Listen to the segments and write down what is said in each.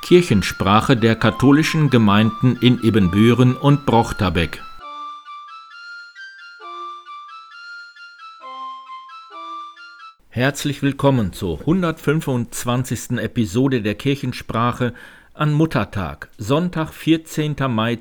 Kirchensprache der katholischen Gemeinden in Ibbenbüren und Brochterbeck. Herzlich willkommen zur 125. Episode der Kirchensprache an Muttertag, Sonntag, 14. Mai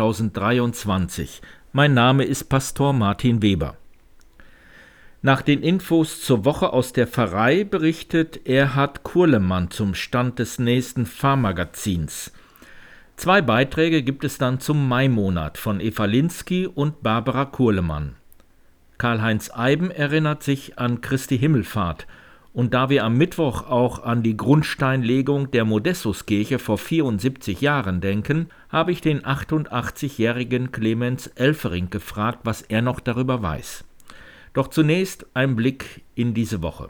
2023. Mein Name ist Pastor Martin Weber. Nach den Infos zur Woche aus der Pfarrei berichtet Erhard Kurlemann zum Stand des nächsten Pfarrmagazins. 2 Beiträge gibt es dann zum Maimonat von Eva Linsky und Barbara Kurlemann. Karl-Heinz Eiben erinnert sich an Christi Himmelfahrt, und da wir am Mittwoch auch an die Grundsteinlegung der Modestuskirche vor 74 Jahren denken, habe ich den 88-jährigen Clemens Elfering gefragt, was er noch darüber weiß. Doch zunächst ein Blick in diese Woche.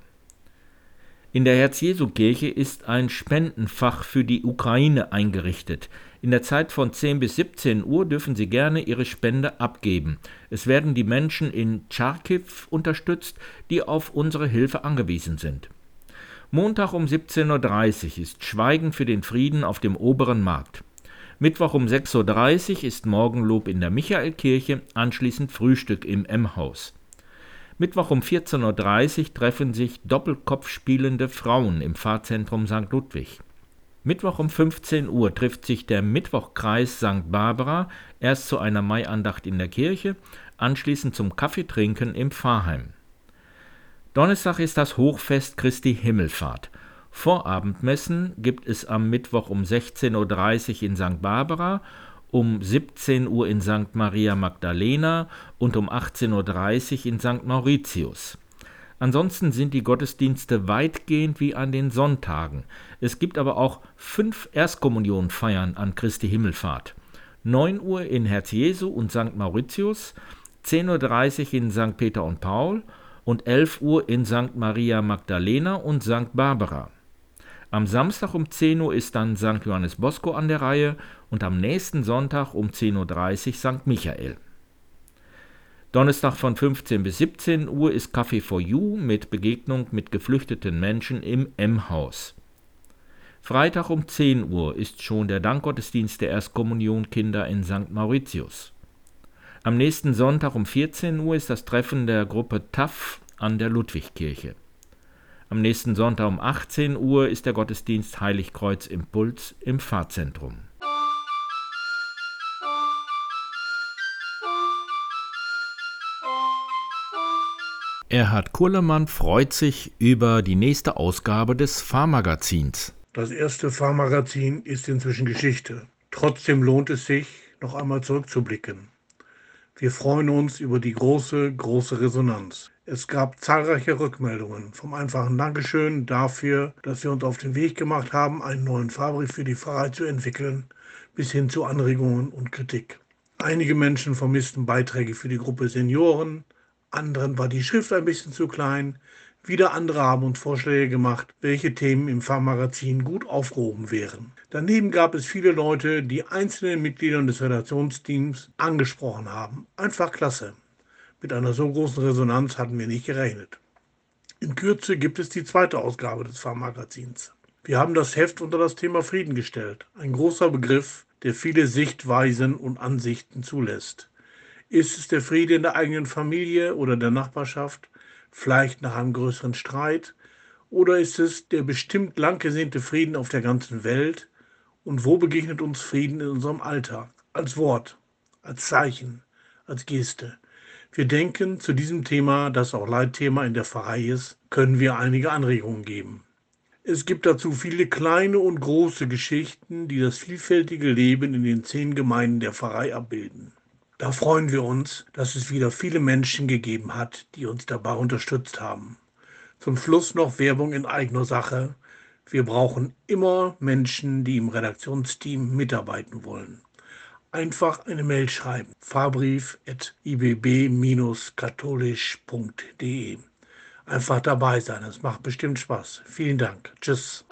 In der Herz-Jesu-Kirche ist ein Spendenfach für die Ukraine eingerichtet. In der Zeit von 10 bis 17 Uhr dürfen Sie gerne Ihre Spende abgeben. Es werden die Menschen in Charkiw unterstützt, die auf unsere Hilfe angewiesen sind. Montag um 17.30 Uhr ist Schweigen für den Frieden auf dem Oberen Markt. Mittwoch um 6.30 Uhr ist Morgenlob in der Michaelkirche, anschließend Frühstück im M-Haus. Mittwoch um 14.30 Uhr treffen sich Doppelkopf spielende Frauen im Pfarrzentrum St. Ludwig. Mittwoch um 15 Uhr trifft sich der Mittwochkreis St. Barbara, erst zu einer Maiandacht in der Kirche, anschließend zum Kaffeetrinken im Pfarrheim. Donnerstag ist das Hochfest Christi Himmelfahrt. Vorabendmessen gibt es am Mittwoch um 16.30 Uhr in St. Barbara, um 17 Uhr in St. Maria Magdalena und um 18.30 Uhr in St. Mauritius. Ansonsten sind die Gottesdienste weitgehend wie an den Sonntagen. Es gibt aber auch 5 Erstkommunionfeiern an Christi Himmelfahrt. 9 Uhr in Herz-Jesu und St. Mauritius, 10.30 Uhr in St. Peter und Paul und 11 Uhr in St. Maria Magdalena und St. Barbara. Am Samstag um 10 Uhr ist dann St. Johannes Bosco an der Reihe und am nächsten Sonntag um 10.30 Uhr St. Michael. Donnerstag von 15 bis 17 Uhr ist Café for You mit Begegnung mit geflüchteten Menschen im M-Haus. Freitag um 10 Uhr ist schon der Dankgottesdienst der Erstkommunionkinder in St. Mauritius. Am nächsten Sonntag um 14 Uhr ist das Treffen der Gruppe TAF an der Ludwigkirche. Am nächsten Sonntag um 18 Uhr ist der Gottesdienst Heiligkreuz Impuls im Pfarrzentrum. Erhard Kurlemann freut sich über die nächste Ausgabe des Pfarrmagazins. Das erste Pfarrmagazin ist inzwischen Geschichte. Trotzdem lohnt es sich, noch einmal zurückzublicken. Wir freuen uns über die große Resonanz. Es gab zahlreiche Rückmeldungen, vom einfachen Dankeschön dafür, dass wir uns auf den Weg gemacht haben, einen neuen Pfarrbrief für die Pfarrei zu entwickeln, bis hin zu Anregungen und Kritik. Einige Menschen vermissten Beiträge für die Gruppe Senioren, anderen war die Schrift ein bisschen zu klein, wieder andere haben uns Vorschläge gemacht, welche Themen im Pfarrmagazin gut aufgehoben wären. Daneben gab es viele Leute, die einzelnen Mitgliedern des Redaktionsteams angesprochen haben. Einfach klasse. Mit einer so großen Resonanz hatten wir nicht gerechnet. In Kürze gibt es die zweite Ausgabe des Pfarrmagazins. Wir haben das Heft unter das Thema Frieden gestellt. Ein großer Begriff, der viele Sichtweisen und Ansichten zulässt. Ist es der Friede in der eigenen Familie oder der Nachbarschaft, vielleicht nach einem größeren Streit? Oder ist es der bestimmt lang gesehnte Frieden auf der ganzen Welt? Und wo begegnet uns Frieden in unserem Alltag? Als Wort, als Zeichen, als Geste. Wir denken, zu diesem Thema, das auch Leitthema in der Pfarrei ist, können wir einige Anregungen geben. Es gibt dazu viele kleine und große Geschichten, die das vielfältige Leben in den 10 Gemeinden der Pfarrei abbilden. Da freuen wir uns, dass es wieder viele Menschen gegeben hat, die uns dabei unterstützt haben. Zum Schluss noch Werbung in eigener Sache. Wir brauchen immer Menschen, die im Redaktionsteam mitarbeiten wollen. Einfach eine Mail schreiben. Pfarrbrief@ibb-katholisch.de. Einfach dabei sein, es macht bestimmt Spaß. Vielen Dank. Tschüss.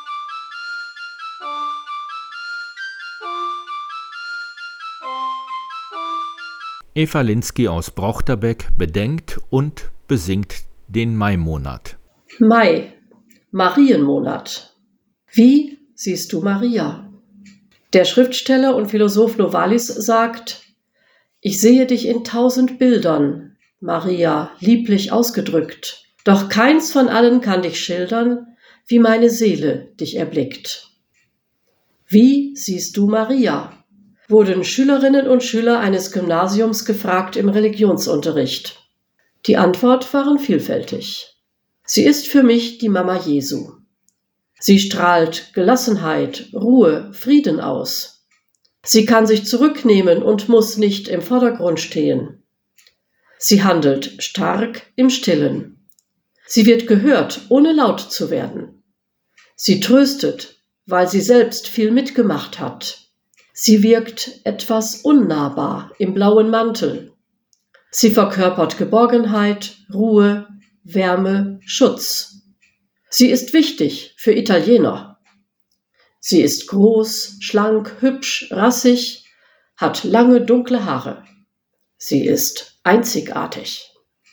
Eva Linsky aus Brochterbeck bedenkt und besingt den Maimonat. Mai, Marienmonat. Wie siehst du Maria? Der Schriftsteller und Philosoph Novalis sagt: Ich sehe dich in 1000 Bildern, Maria, lieblich ausgedrückt, doch keins von allen kann dich schildern, wie meine Seele dich erblickt. Wie siehst du Maria? Wurden Schülerinnen und Schüler eines Gymnasiums gefragt im Religionsunterricht. Die Antwort waren vielfältig. Sie ist für mich die Mama Jesu. Sie strahlt Gelassenheit, Ruhe, Frieden aus. Sie kann sich zurücknehmen und muss nicht im Vordergrund stehen. Sie handelt stark im Stillen. Sie wird gehört, ohne laut zu werden. Sie tröstet, weil sie selbst viel mitgemacht hat. Sie wirkt etwas unnahbar im blauen Mantel. Sie verkörpert Geborgenheit, Ruhe, Wärme, Schutz. Sie ist wichtig für Italiener. Sie ist groß, schlank, hübsch, rassig, hat lange dunkle Haare. Sie ist einzigartig.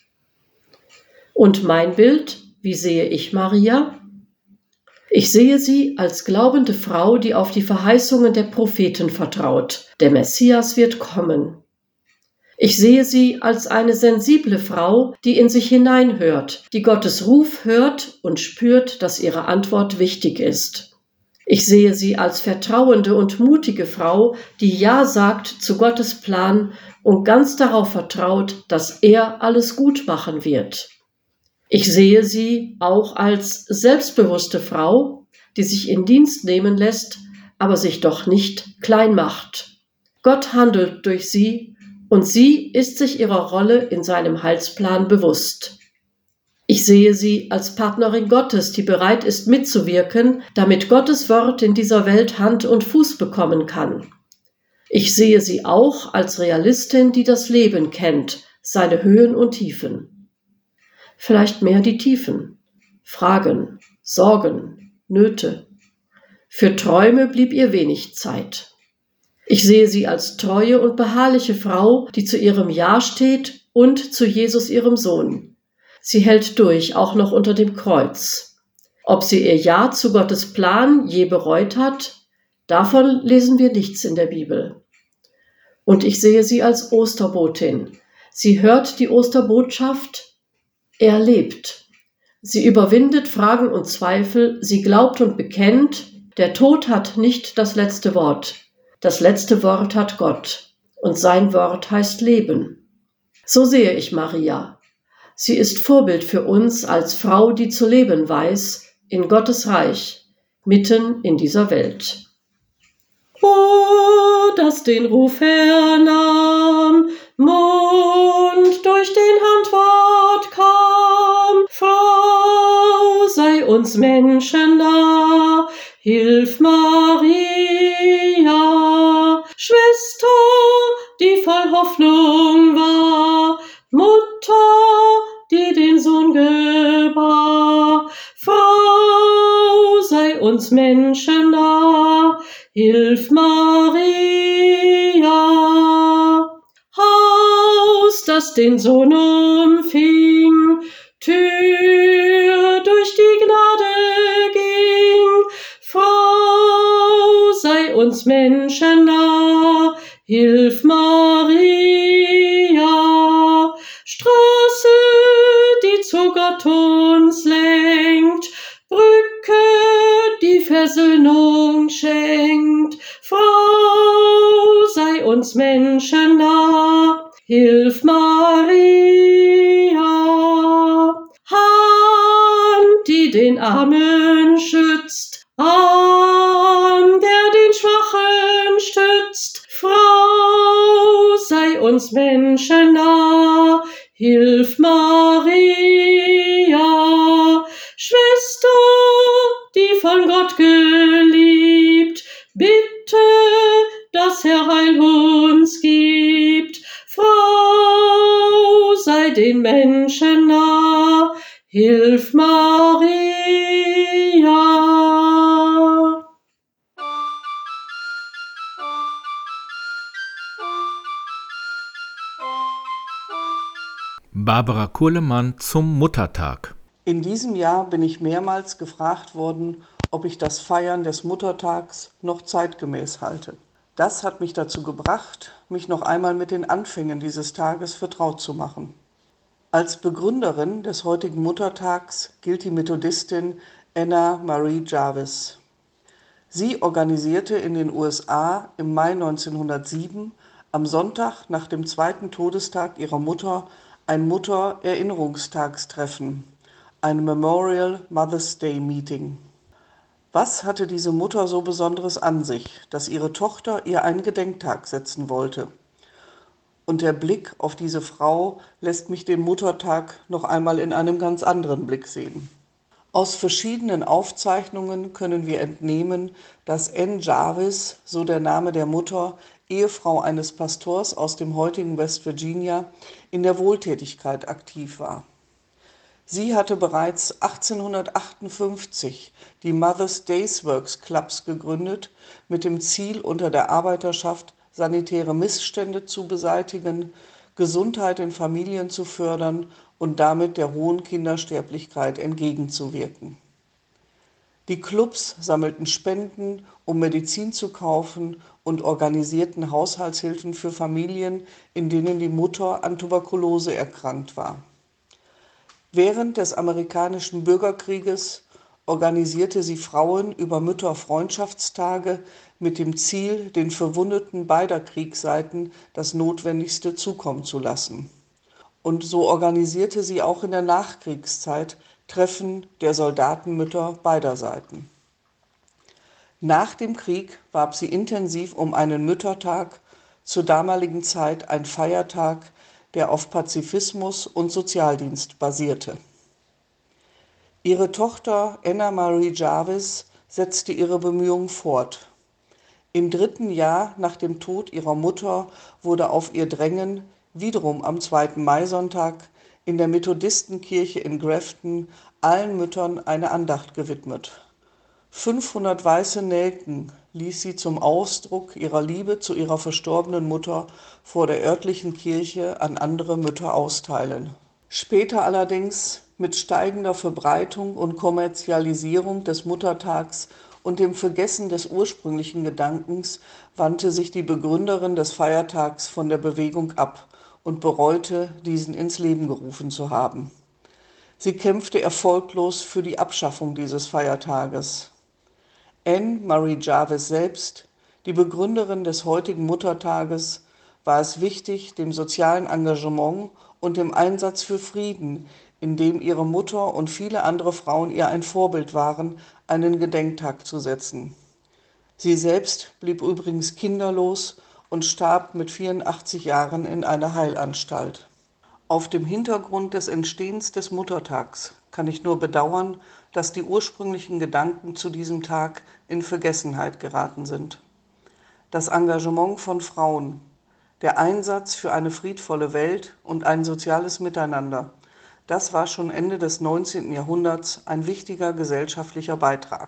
Und mein Bild, wie sehe ich Maria? Ich sehe sie als glaubende Frau, die auf die Verheißungen der Propheten vertraut. Der Messias wird kommen. Ich sehe sie als eine sensible Frau, die in sich hineinhört, die Gottes Ruf hört und spürt, dass ihre Antwort wichtig ist. Ich sehe sie als vertrauende und mutige Frau, die Ja sagt zu Gottes Plan und ganz darauf vertraut, dass er alles gut machen wird. Ich sehe sie auch als selbstbewusste Frau, die sich in Dienst nehmen lässt, aber sich doch nicht klein macht. Gott handelt durch sie und sie ist sich ihrer Rolle in seinem Heilsplan bewusst. Ich sehe sie als Partnerin Gottes, die bereit ist mitzuwirken, damit Gottes Wort in dieser Welt Hand und Fuß bekommen kann. Ich sehe sie auch als Realistin, die das Leben kennt, seine Höhen und Tiefen. Vielleicht mehr die Tiefen, Fragen, Sorgen, Nöte. Für Träume blieb ihr wenig Zeit. Ich sehe sie als treue und beharrliche Frau, die zu ihrem Ja steht und zu Jesus, ihrem Sohn. Sie hält durch, auch noch unter dem Kreuz. Ob sie ihr Ja zu Gottes Plan je bereut hat, davon lesen wir nichts in der Bibel. Und ich sehe sie als Osterbotin. Sie hört die Osterbotschaft: Er lebt. Sie überwindet Fragen und Zweifel, sie glaubt und bekennt, der Tod hat nicht das letzte Wort. Das letzte Wort hat Gott und sein Wort heißt Leben. So sehe ich Maria. Sie ist Vorbild für uns als Frau, die zu leben weiß, in Gottes Reich, mitten in dieser Welt. Oh, dass den Ruf vernahm, Mund durch den Handwort kam, Frau, sei uns Menschen nah, hilf Maria, Schwester, die voll Hoffnung war, Mutter, die den Sohn gebar, Frau, sei uns Menschen nah, hilf Maria. Haus, das den Sohn umfing, Tür, durch die Gnade ging, Frau, sei uns Menschen nah, hilf Maria. Straße, die zu Gott uns lenkt, Brücke, die Versöhnung schenkt, Frau, sei uns Menschen nah, hilf Maria. Hand, die den Armen schützt, Arm, der den Schwachen stützt, Frau, sei uns Menschen nah, hilf Maria. Schwester, die von Gott geliebt, bitte, dass er Heil uns gibt. Frau, sei den Menschen nah, hilf Maria. Barbara Kurlemann zum Muttertag. In diesem Jahr bin ich mehrmals gefragt worden, ob ich das Feiern des Muttertags noch zeitgemäß halte. Das hat mich dazu gebracht, mich noch einmal mit den Anfängen dieses Tages vertraut zu machen. Als Begründerin des heutigen Muttertags gilt die Methodistin Anna Marie Jarvis. Sie organisierte in den USA im Mai 1907 am Sonntag nach dem zweiten Todestag ihrer Mutter ein Mutter-Erinnerungstagstreffen, ein Memorial Mother's Day Meeting. Was hatte diese Mutter so Besonderes an sich, dass ihre Tochter ihr einen Gedenktag setzen wollte? Und der Blick auf diese Frau lässt mich den Muttertag noch einmal in einem ganz anderen Blick sehen. Aus verschiedenen Aufzeichnungen können wir entnehmen, dass Ann Jarvis, so der Name der Mutter, Ehefrau eines Pastors aus dem heutigen West Virginia, in der Wohltätigkeit aktiv war. Sie hatte bereits 1858 die Mother's Days Works Clubs gegründet, mit dem Ziel, unter der Arbeiterschaft sanitäre Missstände zu beseitigen, Gesundheit in Familien zu fördern und damit der hohen Kindersterblichkeit entgegenzuwirken. Die Clubs sammelten Spenden, um Medizin zu kaufen, und organisierten Haushaltshilfen für Familien, in denen die Mutter an Tuberkulose erkrankt war. Während des amerikanischen Bürgerkrieges organisierte sie Frauen über Mütterfreundschaftstage mit dem Ziel, den Verwundeten beider Kriegsseiten das Notwendigste zukommen zu lassen. Und so organisierte sie auch in der Nachkriegszeit Treffen der Soldatenmütter beider Seiten. Nach dem Krieg warb sie intensiv um einen Müttertag, zur damaligen Zeit ein Feiertag, der auf Pazifismus und Sozialdienst basierte. Ihre Tochter Anna Marie Jarvis setzte ihre Bemühungen fort. Im 3. Jahr nach dem Tod ihrer Mutter wurde auf ihr Drängen wiederum am 2. Maisonntag in der Methodistenkirche in Grafton allen Müttern eine Andacht gewidmet. 500 weiße Nelken ließ sie zum Ausdruck ihrer Liebe zu ihrer verstorbenen Mutter vor der örtlichen Kirche an andere Mütter austeilen. Später allerdings, mit steigender Verbreitung und Kommerzialisierung des Muttertags und dem Vergessen des ursprünglichen Gedankens, wandte sich die Begründerin des Feiertags von der Bewegung ab und bereute, diesen ins Leben gerufen zu haben. Sie kämpfte erfolglos für die Abschaffung dieses Feiertages. Ann Marie Jarvis selbst, die Begründerin des heutigen Muttertages, war es wichtig, dem sozialen Engagement und dem Einsatz für Frieden, in dem ihre Mutter und viele andere Frauen ihr ein Vorbild waren, einen Gedenktag zu setzen. Sie selbst blieb übrigens kinderlos und starb mit 84 Jahren in einer Heilanstalt. Auf dem Hintergrund des Entstehens des Muttertags kann ich nur bedauern, dass die ursprünglichen Gedanken zu diesem Tag in Vergessenheit geraten sind. Das Engagement von Frauen, der Einsatz für eine friedvolle Welt und ein soziales Miteinander, das war schon Ende des 19. Jahrhunderts ein wichtiger gesellschaftlicher Beitrag.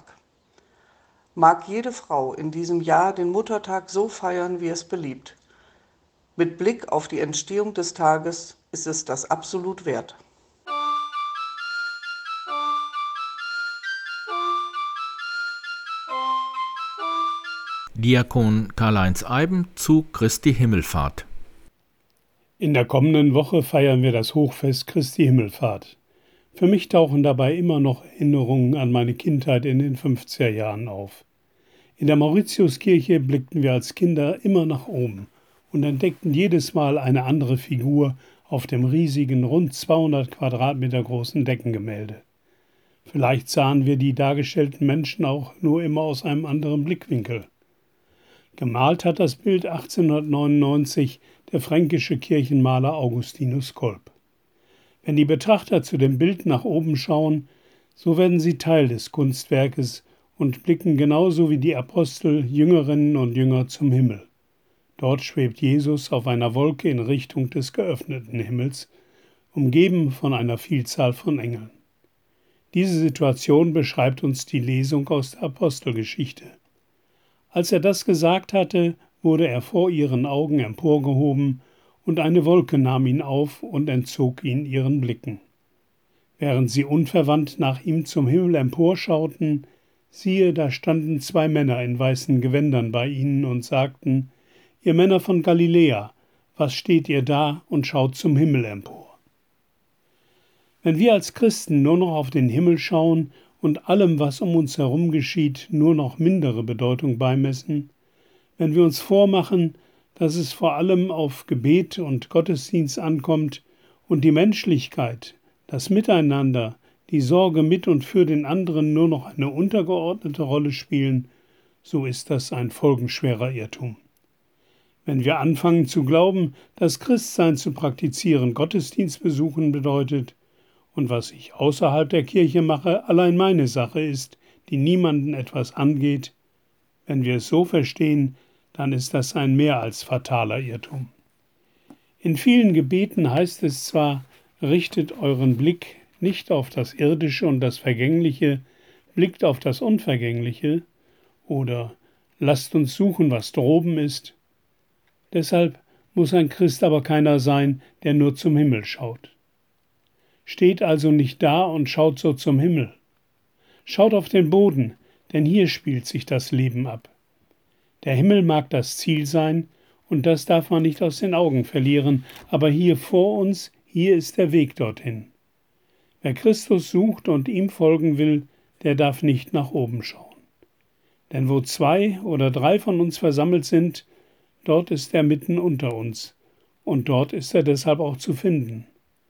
Mag jede Frau in diesem Jahr den Muttertag so feiern, wie es beliebt. Mit Blick auf die Entstehung des Tages ist es das absolut wert. Diakon Karl-Heinz Eiben zu Christi Himmelfahrt. In der kommenden Woche feiern wir das Hochfest Christi Himmelfahrt. Für mich tauchen dabei immer noch Erinnerungen an meine Kindheit in den 50er Jahren auf. In der Mauritiuskirche blickten wir als Kinder immer nach oben und entdeckten jedes Mal eine andere Figur auf dem riesigen, rund 200 Quadratmeter großen Deckengemälde. Vielleicht sahen wir die dargestellten Menschen auch nur immer aus einem anderen Blickwinkel. Gemalt hat das Bild 1899 der fränkische Kirchenmaler Augustinus Kolb. Wenn die Betrachter zu dem Bild nach oben schauen, so werden sie Teil des Kunstwerkes und blicken genauso wie die Apostel, Jüngerinnen und Jünger zum Himmel. Dort schwebt Jesus auf einer Wolke in Richtung des geöffneten Himmels, umgeben von einer Vielzahl von Engeln. Diese Situation beschreibt uns die Lesung aus der Apostelgeschichte. Als er das gesagt hatte, wurde er vor ihren Augen emporgehoben, und eine Wolke nahm ihn auf und entzog ihn ihren Blicken. Während sie unverwandt nach ihm zum Himmel emporschauten, siehe, da standen 2 Männer in weißen Gewändern bei ihnen und sagten, ihr Männer von Galiläa, was steht ihr da und schaut zum Himmel empor? Wenn wir als Christen nur noch auf den Himmel schauen und allem, was um uns herum geschieht, nur noch mindere Bedeutung beimessen, wenn wir uns vormachen, dass es vor allem auf Gebet und Gottesdienst ankommt und die Menschlichkeit, das Miteinander, die Sorge mit und für den anderen nur noch eine untergeordnete Rolle spielen, so ist das ein folgenschwerer Irrtum. Wenn wir anfangen zu glauben, dass Christsein zu praktizieren Gottesdienst besuchen bedeutet und was ich außerhalb der Kirche mache, allein meine Sache ist, die niemanden etwas angeht, wenn wir es so verstehen, dann ist das ein mehr als fataler Irrtum. In vielen Gebeten heißt es zwar, richtet euren Blick nicht auf das Irdische und das Vergängliche, blickt auf das Unvergängliche, oder lasst uns suchen, was droben ist. Deshalb muss ein Christ aber keiner sein, der nur zum Himmel schaut. Steht also nicht da und schaut so zum Himmel. Schaut auf den Boden, denn hier spielt sich das Leben ab. Der Himmel mag das Ziel sein, und das darf man nicht aus den Augen verlieren, aber hier vor uns, hier ist der Weg dorthin. Wer Christus sucht und ihm folgen will, der darf nicht nach oben schauen. Denn wo 2 oder 3 von uns versammelt sind, dort ist er mitten unter uns, und dort ist er deshalb auch zu finden.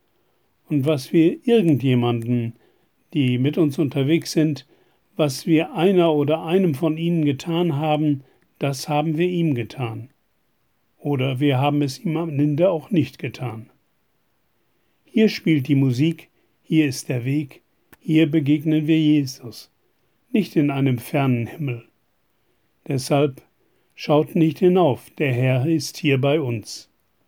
Und was wir irgendjemanden, die mit uns unterwegs sind, was wir einer oder einem von ihnen getan haben, das haben wir ihm getan. Oder wir haben es ihm am Ende auch nicht getan. Hier spielt die Musik, hier ist der Weg, hier begegnen wir Jesus, nicht in einem fernen Himmel. Deshalb schaut nicht hinauf, der Herr ist hier bei uns.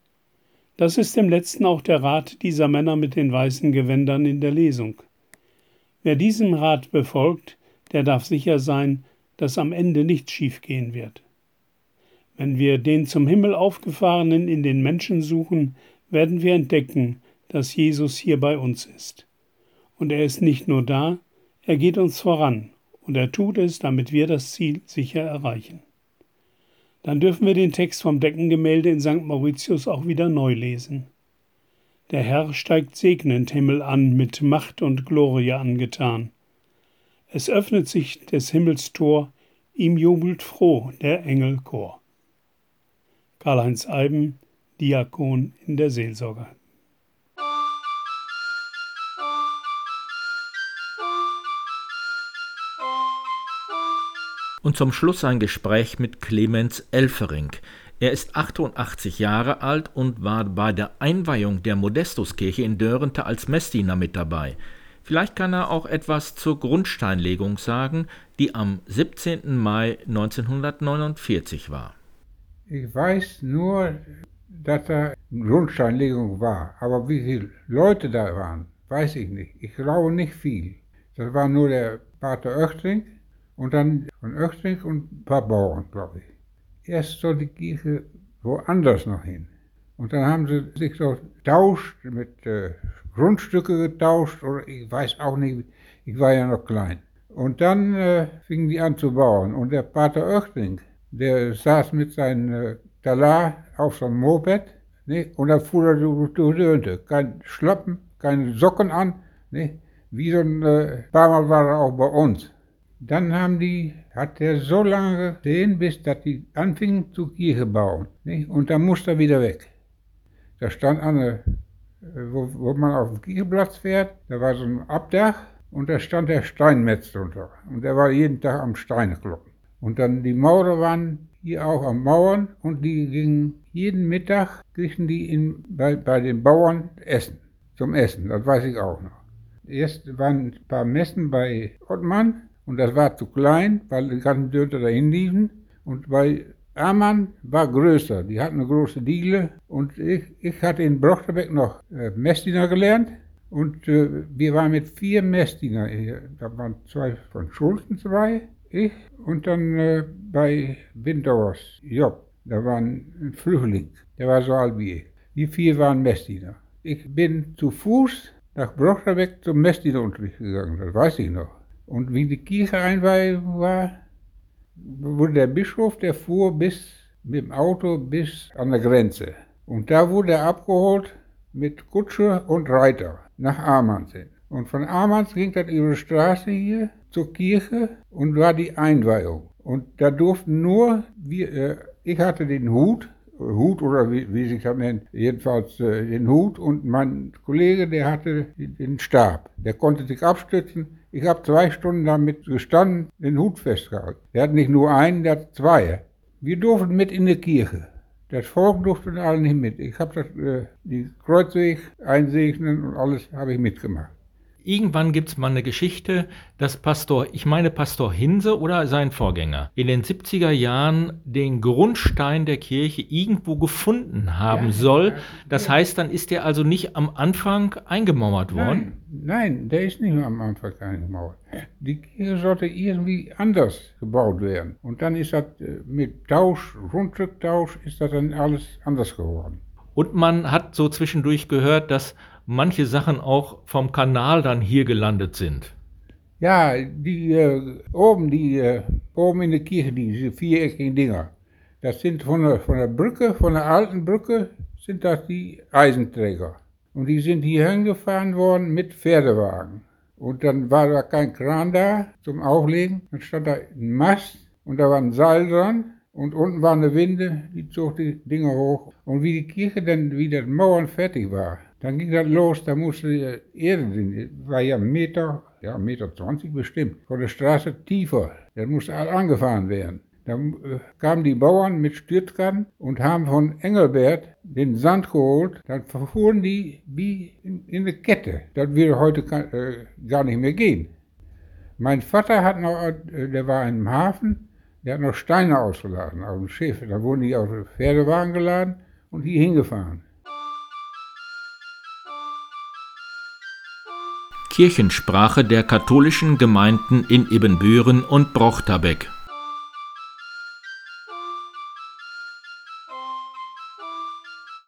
Das ist im Letzten auch der Rat dieser Männer mit den weißen Gewändern in der Lesung. Wer diesen Rat befolgt, der darf sicher sein, dass am Ende nichts schiefgehen wird. Wenn wir den zum Himmel aufgefahrenen in den Menschen suchen, werden wir entdecken, dass Jesus hier bei uns ist. Und er ist nicht nur da, er geht uns voran und er tut es, damit wir das Ziel sicher erreichen. Dann dürfen wir den Text vom Deckengemälde in St. Mauritius auch wieder neu lesen. Der Herr steigt segnend Himmel an, mit Macht und Glorie angetan. Es öffnet sich des Himmels Tor, ihm jubelt froh der Engel Chor. Karl-Heinz Eiben, Diakon in der Seelsorge. Und zum Schluss ein Gespräch mit Clemens Elfering. Er ist 88 Jahre alt und war bei der Einweihung der Modestuskirche in Dörrente als Messdiener mit dabei. Vielleicht kann er auch etwas zur Grundsteinlegung sagen, die am 17. Mai 1949 war. Ich weiß nur, dass da Grundsteinlegung war, aber wie viele Leute da waren, weiß ich nicht. Ich glaube nicht viel. Das war nur der Pater Oechting und dann von Oechting und ein paar Bauern, glaube ich. Erst soll die Kirche woanders noch hin. Und dann haben sie sich so getauscht, mit Grundstücke getauscht, oder ich weiß auch nicht, ich war ja noch klein. Und dann fingen die an zu bauen. Und der Pater Oechting, der saß mit seinem Talar auf so einem Moped, ne? Und dann fuhr er durch die Dörrente. Kein Schlappen, keine Socken an, ne? Wie so ein paar Mal war er auch bei uns. Dann hat er so lange gesehen, bis dass die anfingen zu Kirche bauen. Ne? Und dann musste er wieder weg. Da stand wo man auf dem Kirchenplatz fährt, da war so ein Abdach und da stand der Steinmetz drunter. Und der war jeden Tag am Steine kloppen. Und dann die Maurer waren hier auch am Mauern und die gingen jeden Mittag, kriegten die bei den Bauern Essen, zum Essen, das weiß ich auch noch. Erst waren ein paar Messen bei Ottmann und das war zu klein, weil die ganzen Dörter dahin liefen. Und bei Amann war größer, die hatten eine große Diele und ich hatte in Brochterbeck noch Messdiener gelernt und wir waren mit 4 Messdiener hier. Da waren 2 von Schulzen, 2, ich und dann bei Windauers Job, da war ein Flüchtling, der war so alt wie ich. Die 4 waren Messdiener. Ich bin zu Fuß nach Brochterbeck zum Messdienerunterricht gegangen, das weiß ich noch. Und wie die Kircheeinweihung war, wurde der Bischof, der fuhr mit dem Auto bis an der Grenze. Und da wurde er abgeholt mit Kutsche und Reiter nach Ahrmanns hin. Und von Ahrmanns ging das über die Straße hier zur Kirche und war die Einweihung. Und da durften nur ich hatte den Hut oder wie sich das nennt, jedenfalls den Hut, und mein Kollege, der hatte den Stab. Der konnte sich abstützen. Ich habe 2 Stunden damit gestanden, den Hut festgehalten. Der hat nicht nur einen, der hat 2. Wir durften mit in die Kirche. Das Volk durfte alle nicht mit. Ich habe die Kreuzweg einsegnen und alles habe ich mitgemacht. Irgendwann gibt es mal eine Geschichte, dass Pastor Hinse oder sein Vorgänger in den 70er Jahren den Grundstein der Kirche irgendwo gefunden haben soll. Das heißt, dann ist der also nicht am Anfang eingemauert worden? Nein, der ist nicht am Anfang eingemauert. Die Kirche sollte irgendwie anders gebaut werden. Und dann ist das mit Grundstücktausch, ist das dann alles anders geworden. Und man hat so zwischendurch gehört, dass manche Sachen auch vom Kanal dann hier gelandet sind. Ja, oben in der Kirche, diese viereckigen Dinger, das sind von der Brücke, von der alten Brücke, sind das die Eisenträger. Und die sind hier hingefahren worden mit Pferdewagen. Und dann war da kein Kran da zum Auflegen, dann stand da ein Mast und da war ein Seil dran. Und unten war eine Winde, die zog die Dinger hoch. Und wie die Kirche dann wieder Mauern fertig war, dann ging das los, da musste die Erde, war ja 1,20 Meter bestimmt, von der Straße tiefer. Das musste angefahren werden. Dann kamen die Bauern mit Stürzkannen und haben von Engelbert den Sand geholt. Dann verfuhren die wie in eine Kette. Das würde heute gar nicht mehr gehen. Mein Vater der war im Hafen, der hat noch Steine ausgeladen auf dem Schiff. Da wurden die auf den Pferdewagen geladen und hier hingefahren. Kirchensprache der katholischen Gemeinden in Ibbenbüren und Brochterbeck.